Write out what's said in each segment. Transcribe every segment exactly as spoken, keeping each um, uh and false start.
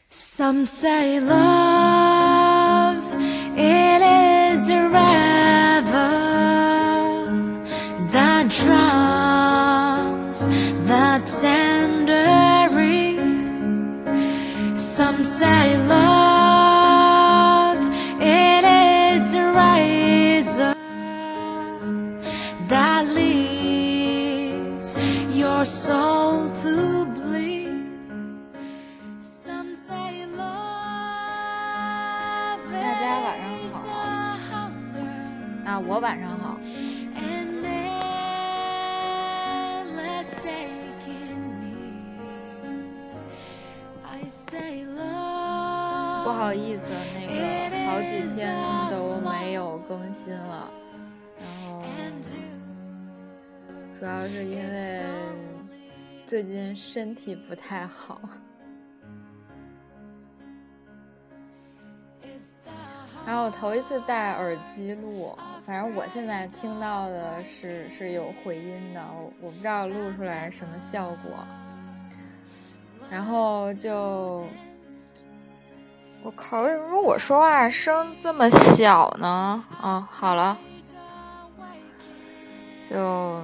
Some say love, it is a river that drowns the tender reed. Some say love, it is a razor that leaves your soul to bleed. Some say love, 大家晚上好啊，我晚上好。不好意思，那个好几天都没有更新了，然后主要是因为最近身体不太好。然后我头一次戴耳机录，反正我现在听到的是是有回音的，我不知道录出来什么效果。然后就我靠，为什么我说话声这么小呢？哦，好了，就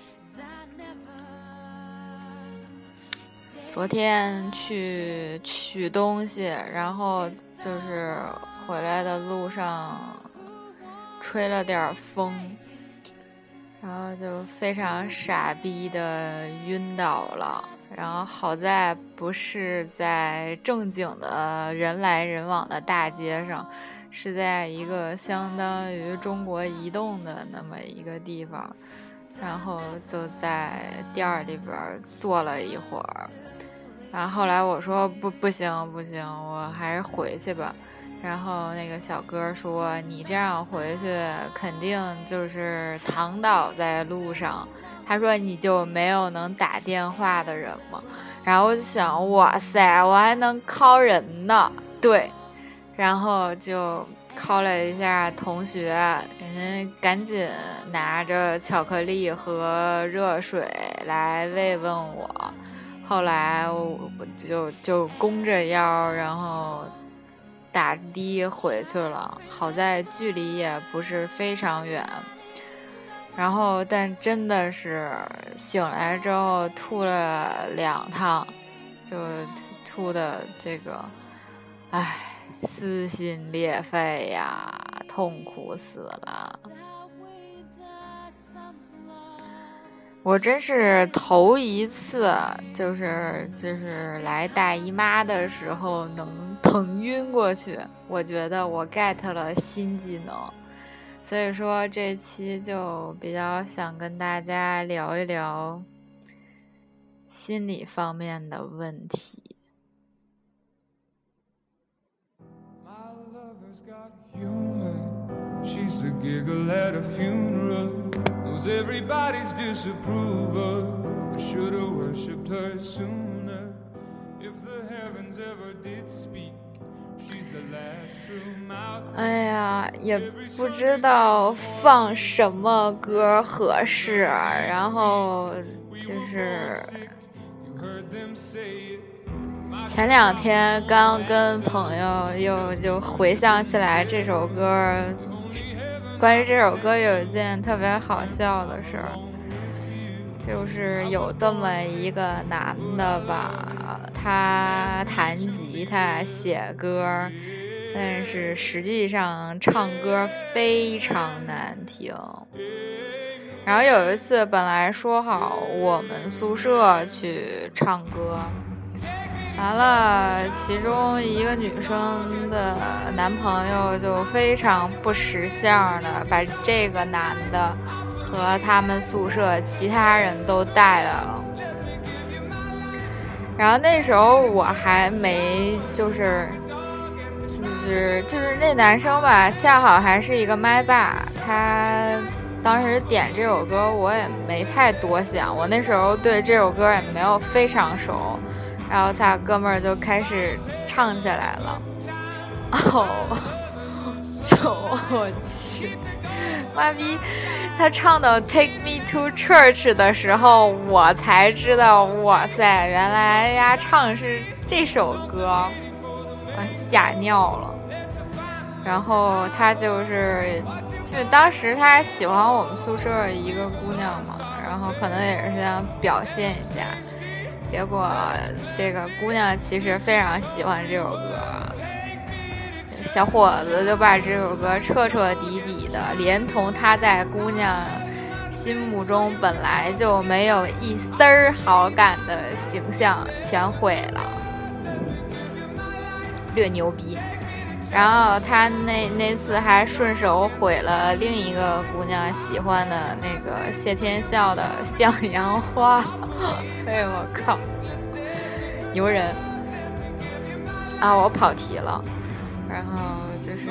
昨天去取东西，然后就是回来的路上吹了点风，然后就非常傻逼的晕倒了。然后好在不是在正经的人来人往的大街上，是在一个相当于中国移动的那么一个地方，然后就在店儿里边坐了一会儿。然后后来我说不不行不行，我还是回去吧。然后那个小哥说，你这样回去肯定就是躺倒在路上，他说你就没有能打电话的人吗？然后我就想，哇塞，我还能 call 人呢。对，然后就 call 了一下同学，人家赶紧拿着巧克力和热水来慰问我。后来我就就弓着腰，然后打的回去了，好在距离也不是非常远。然后但真的是醒来之后吐了两趟，就吐的这个唉，撕心裂肺呀，痛苦死了。我真是头一次就是就是来大姨妈的时候能疼晕过去，我觉得我 get 了新技能。所以说这期就比较想跟大家聊一聊心理方面的问题。She's the giggle at a funeral, knows everybody's disapproval. I should have worshipped her sooner. If the heavens ever did speak, she's the last true mouth. 哎呀，也不知道放什么歌合适，然后就是前两天刚跟朋友又就回想起来这首歌。关于这首歌有一件特别好笑的事儿，就是有这么一个男的吧，他弹吉他写歌，但是实际上唱歌非常难听。然后有一次本来说好我们宿舍去唱歌，完了其中一个女生的男朋友就非常不识相的把这个男的和他们宿舍其他人都带来了。然后那时候我还没就是就是就是那男生吧，恰好还是一个麦霸，他当时点这首歌我也没太多想，我那时候对这首歌也没有非常熟。然后他哥们儿就开始唱起来了，哦，就我去，妈逼！他唱到 Take Me to Church 的时候，我才知道，哇塞，原来呀唱是这首歌。 吓尿了。然后他就是就当时他还喜欢我们宿舍一个姑娘嘛，然后可能也是想表现一下，结果这个姑娘其实非常喜欢这首歌，小伙子就把这首歌彻彻底底的连同他在姑娘心目中本来就没有一丝儿好感的形象全毁了，略牛逼。然后他那那次还顺手毁了另一个姑娘喜欢的那个谢天笑的《向阳花》哎我靠，牛人啊！我跑题了。然后就是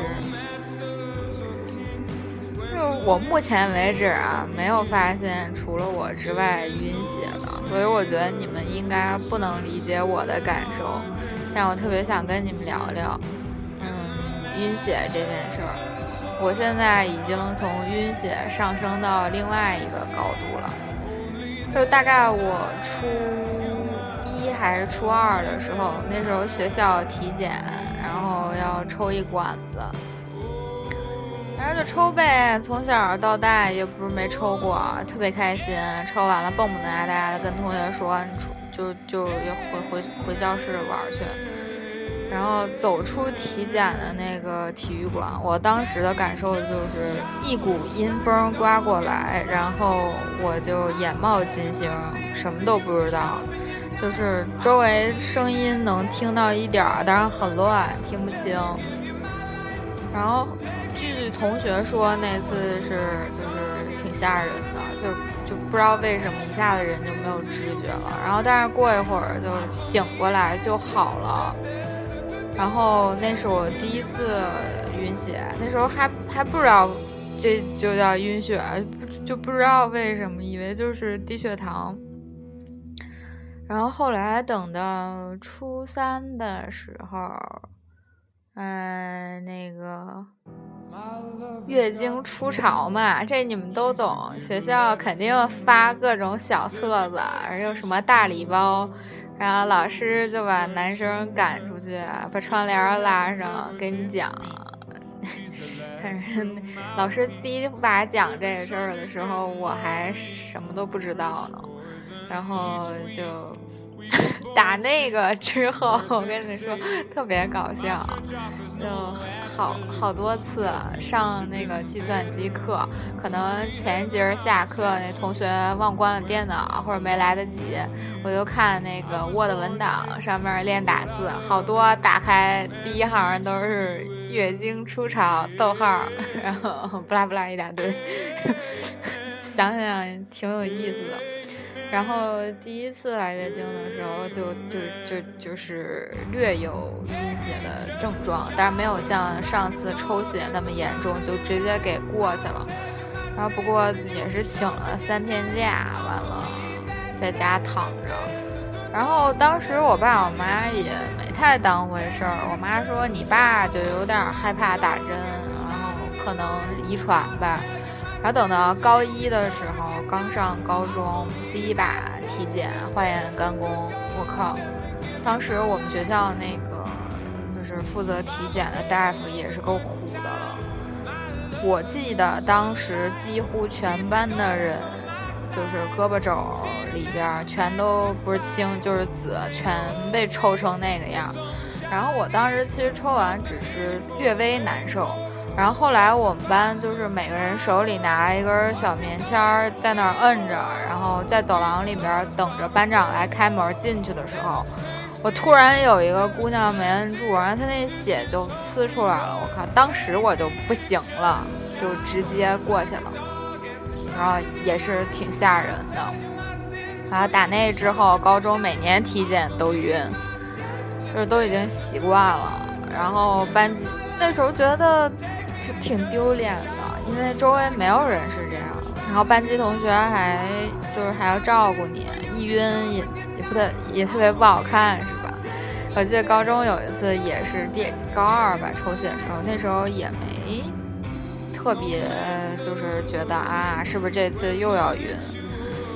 就我目前为止啊，没有发现除了我之外晕血的，所以我觉得你们应该不能理解我的感受，但我特别想跟你们聊聊晕血这件事儿。我现在已经从晕血上升到另外一个高度了，就大概我初一还是初二的时候，那时候学校体检，然后要抽一管子，然后就抽呗，从小到大也不是没抽过，特别开心，抽完了蹦蹦哒哒的跟同学说就就要回回回教室玩去。然后走出体检的那个体育馆，我当时的感受就是一股阴风刮过来，然后我就眼冒金星，什么都不知道，就是周围声音能听到一点儿，当然很乱，听不清。然后据同学说那次是就是挺吓人的，就就不知道为什么一下子人就没有知觉了，然后但是过一会儿就醒过来就好了。然后那是我第一次晕血，那时候还还不知道这就叫晕血，就不知道为什么，以为就是低血糖。然后后来等到初三的时候，嗯、呃，那个月经初潮嘛，这你们都懂，学校肯定发各种小册子，还有什么大礼包。然后老师就把男生赶出去，把窗帘拉上，跟你讲。反正老师第一把讲这个事儿的时候，我还什么都不知道呢。然后就打那个之后，我跟你说特别搞笑，就好好多次上那个计算机课，可能前一节下课那同学忘关了电脑或者没来得及，我就看那个 Word 文档上面练打字，好多打开第一行都是月经初潮逗号，然后不拉不拉一大堆想想挺有意思的。然后第一次来月经的时候就就就就是略有晕血的症状，但是没有像上次抽血那么严重，就直接给过去了。然后不过也是请了三天假，完了在家躺着。然后当时我爸我妈也没太当回事儿，我妈说你爸就有点害怕打针，然后可能遗传吧。然后等到高一的时候，刚上高中，第一把体检化验肝功，我靠！当时我们学校那个就是负责体检的大夫也是够虎的了。我记得当时几乎全班的人，就是胳膊肘里边全都不是青就是紫，全被抽成那个样。然后我当时其实抽完只是略微难受。然后后来我们班就是每个人手里拿一根小棉签在那儿摁着，然后在走廊里边等着班长来开门进去的时候，我突然有一个姑娘没摁住，然后她那血就呲出来了，我靠！当时我就不行了，就直接过去了，然后也是挺吓人的。然后打那之后，高中每年体检都晕，就是都已经习惯了。然后班级那时候觉得就挺丢脸的，因为周围没有人是这样，然后班级同学还就是还要照顾你，一晕也也不特也特别不好看，是吧？我记得高中有一次也是第高二吧抽血的时候，那时候也没特别就是觉得啊是不是这次又要晕，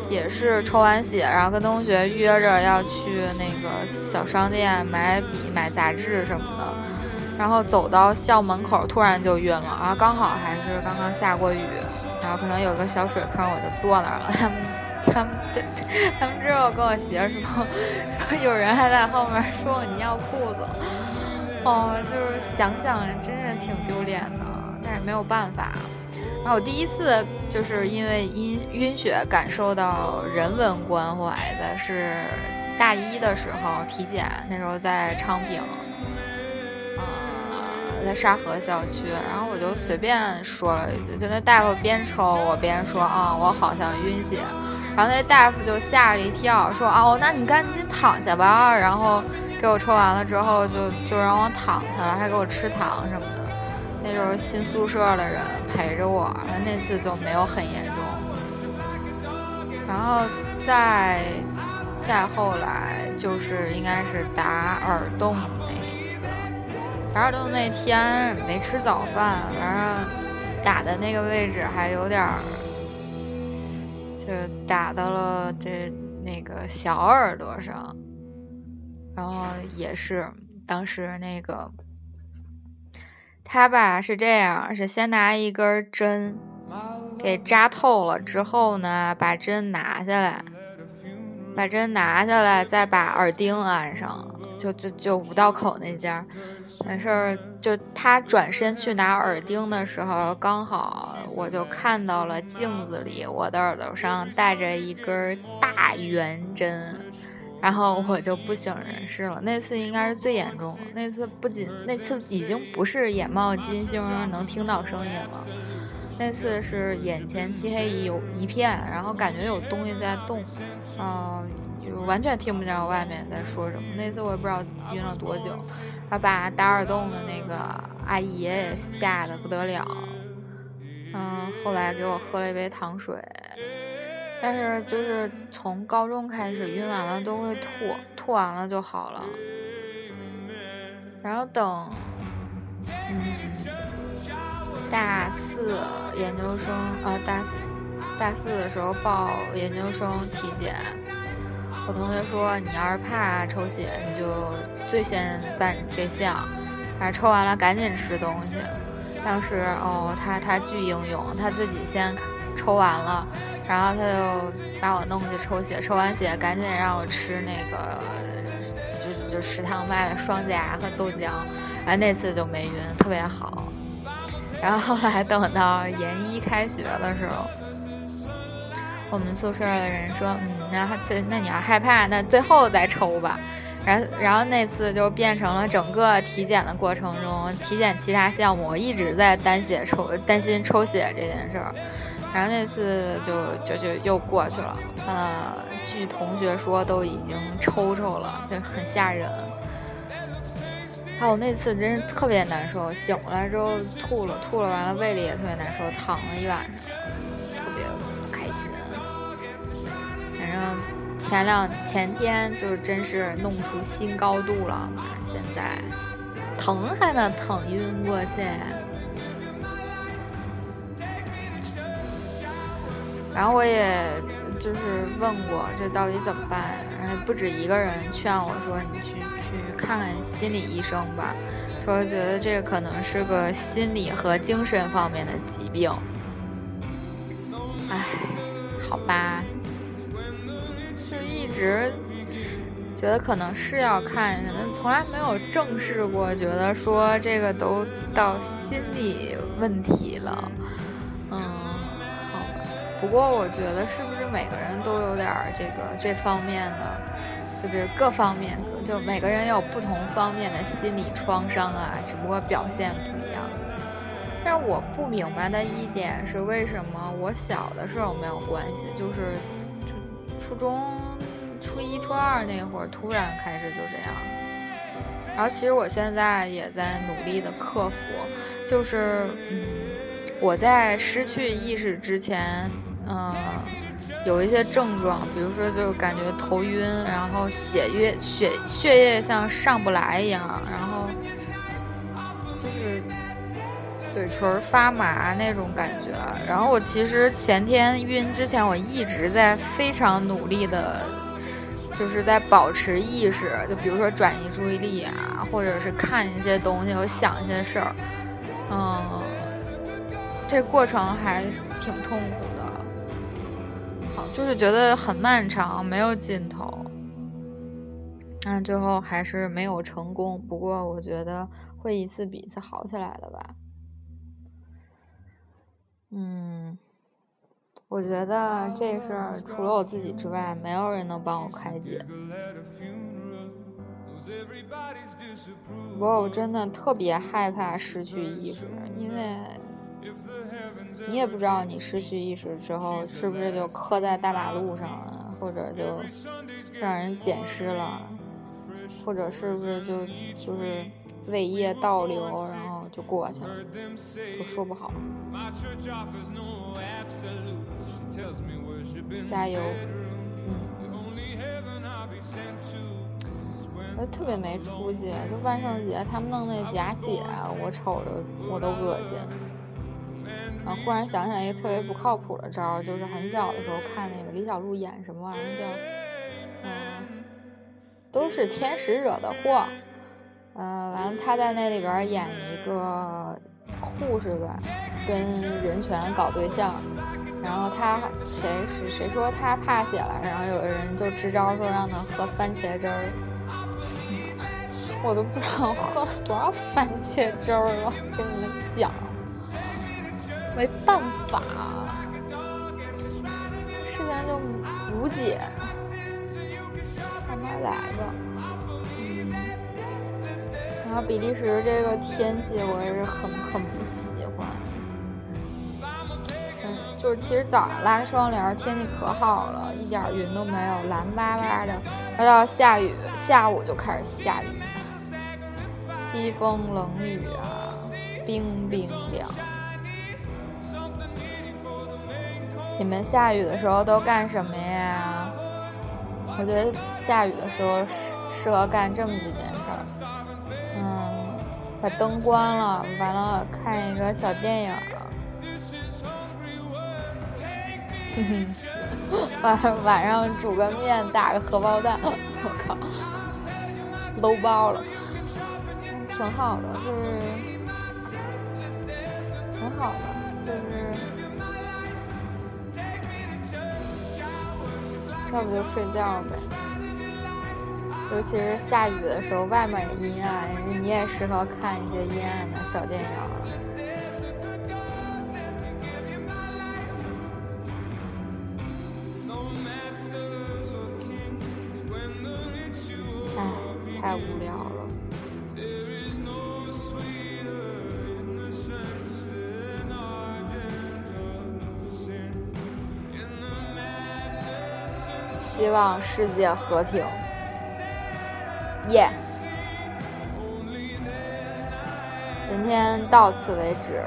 也是抽完血，然后跟同学约着要去那个小商店买笔、买杂志什么的，然后走到校门口突然就晕了，然后刚好还是刚刚下过雨，然后可能有个小水坑，我就坐那儿了。他们他们对他们知道我跟我媳妇说，说有人还在后面说我尿裤子了。哦，就是想想真是挺丢脸的，但是没有办法。然后我第一次就是因为晕晕血感受到人文关怀的是大一的时候体检，那时候在昌平，呃，在沙河校区，然后我就随便说了一句，就那大夫边抽我边说啊，我好像晕血，然后那大夫就吓了一跳，说哦，那你赶紧躺下吧，然后给我抽完了之后就就让我躺下了，还给我吃糖什么的。那时候新宿舍的人陪着我，然后那次就没有很严重。然后再再后来就是应该是打耳洞那一次，打耳洞那天没吃早饭，完了打的那个位置还有点儿，就打到了这那个小耳朵上，然后也是当时那个。他吧是这样，是先拿一根针给扎透了之后呢，把针拿下来，把针拿下来，再把耳钉安上，就就就五道口那家。完事儿就他转身去拿耳钉的时候，刚好我就看到了镜子里我的耳朵上带着一根大圆针。然后我就不省人事了，那次应该是最严重的。那次不仅那次已经不是眼冒金星能听到声音了，那次是眼前漆黑一一片，然后感觉有东西在动，嗯、呃，就完全听不见外面在说什么。那次我也不知道晕了多久，然后把打耳洞的那个阿姨也吓得不得了，嗯，后来给我喝了一杯糖水。但是就是从高中开始晕完了都会吐，吐完了就好了。然后等嗯大四研究生啊大四大四的时候报研究生体检，我同学说你要是怕抽血你就最先办这项，然后抽完了赶紧吃东西。当时哦他他巨英勇，他自己先抽完了，然后他就把我弄去抽血，抽完血赶紧让我吃那个就就食堂卖的双夹和豆浆，然后那次就没晕，特别好。然后后来等到研一开学的时候，我们宿舍的人说嗯那这那你要害怕那最后再抽吧，然后然后那次就变成了整个体检的过程中，体检其他项目我一直在担血抽担心抽血这件事儿。然后那次就就就又过去了，呃，据同学说都已经抽抽了，就很吓人。还有那次真是特别难受，醒过来之后吐了，吐了完了胃里也特别难受，躺了一晚上，特别不开心。反正前两前天就是真是弄出新高度了嘛，现在疼还能疼晕过去。然后我也就是问过这到底怎么办，然后不止一个人劝我说你去去看看心理医生吧，说觉得这个可能是个心理和精神方面的疾病。唉，好吧，就一直觉得可能是要看一下，但从来没有正视过，觉得说这个都到心理问题了。嗯，好吧。不过我觉得是不是每个人都有点这个这方面的，就是各方面，就每个人有不同方面的心理创伤啊，只不过表现不一样。但我不明白的一点是，为什么我小的时候没有关系，就是初中初一初二那会儿突然开始就这样。然后其实我现在也在努力的克服，就是嗯，我在失去意识之前，嗯、呃，有一些症状，比如说就感觉头晕，然后血液血血液像上不来一样，然后就是嘴唇发麻那种感觉。然后我其实前天晕之前，我一直在非常努力的，就是在保持意识，就比如说转移注意力啊，或者是看一些东西，我想一些事儿，嗯，这过程还挺痛苦的，好，就是觉得很漫长，没有尽头。但最后还是没有成功，不过我觉得会一次比一次好起来的吧。嗯，我觉得这事儿除了我自己之外，没有人能帮我开解。不过我真的特别害怕失去意识，因为你也不知道你失去意识之后是不是就磕在大马路上了，或者就让人捡尸了，或者是不是就就是胃液倒流，然后就过去了，都说不好。加油，嗯。我特别没出息，就万圣节他们弄那假血，我瞅着我都恶心。然后忽然想起来一个特别不靠谱的招，就是很小的时候看那个李小璐演什么玩意儿叫，嗯，都是天使惹的祸。嗯、呃，完了他在那里边演一个护士吧，跟人权搞对象。然后他谁是谁说他怕血了，然后有的人就支招说让他喝番茄汁儿。我都不知道喝了多少番茄汁儿了，跟你们讲，没办法，事情就无解，慢慢来吧。嗯，然后比利时这个天气我也是很很不喜欢。嗯，就是其实早上拉窗帘，天气可好了，一点云都没有，蓝巴巴的，然后到下雨，下午就开始下雨。凄风冷雨啊，冰冰凉。你们下雨的时候都干什么呀？我觉得下雨的时候适适合干这么几件事儿。嗯，把灯关了，完了看一个小电影。晚晚上煮个面，打个荷包蛋，我靠，搂爆了。挺好的，就是挺好的，就是要不就睡觉呗。尤其是下雨的时候，外面也阴暗，你也适合看一些阴暗的小电影。唉，太无聊了。希望世界和平，耶、yeah ！今天到此为止。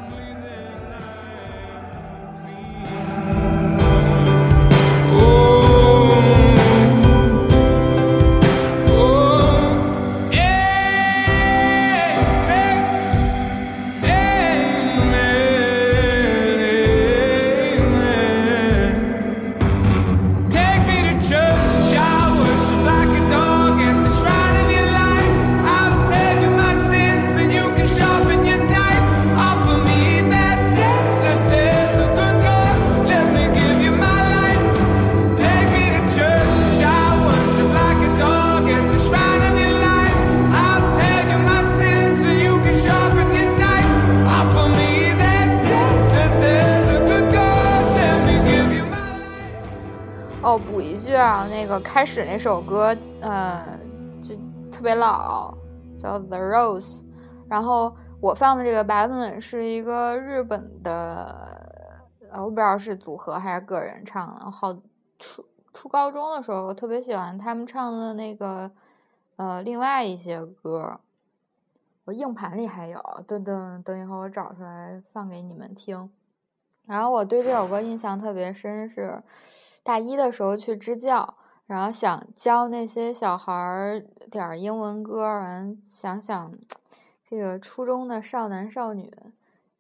哦，补一句啊，那个开始那首歌，呃，就特别老，叫《The Rose》，然后我放的这个版本是一个日本的，呃，我不知道是组合还是个人唱的。好，初初高中的时候，我特别喜欢他们唱的那个，呃，另外一些歌，我硬盘里还有，等等等一会儿我找出来放给你们听。然后我对这首歌印象特别深是。大一的时候去支教，然后想教那些小孩点英文歌，完想想这个初中的少男少女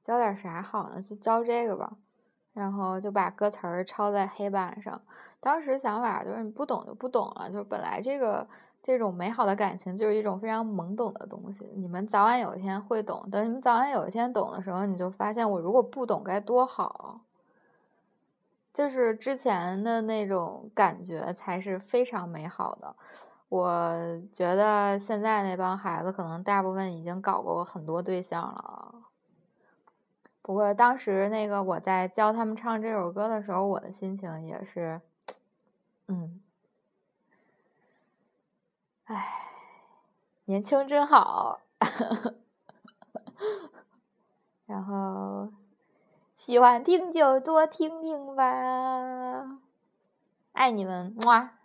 教点啥好呢？就教这个吧。然后就把歌词儿抄在黑板上。当时想法就是你不懂就不懂了，就本来这个这种美好的感情就是一种非常懵懂的东西，你们早晚有一天会懂。等你们早晚有一天懂的时候，你就发现我如果不懂该多好。就是之前的那种感觉才是非常美好的。我觉得现在那帮孩子可能大部分已经搞过很多对象了。不过当时那个我在教他们唱这首歌的时候，我的心情也是，嗯，唉，年轻真好。然后喜欢听就多听听吧，爱你们，么。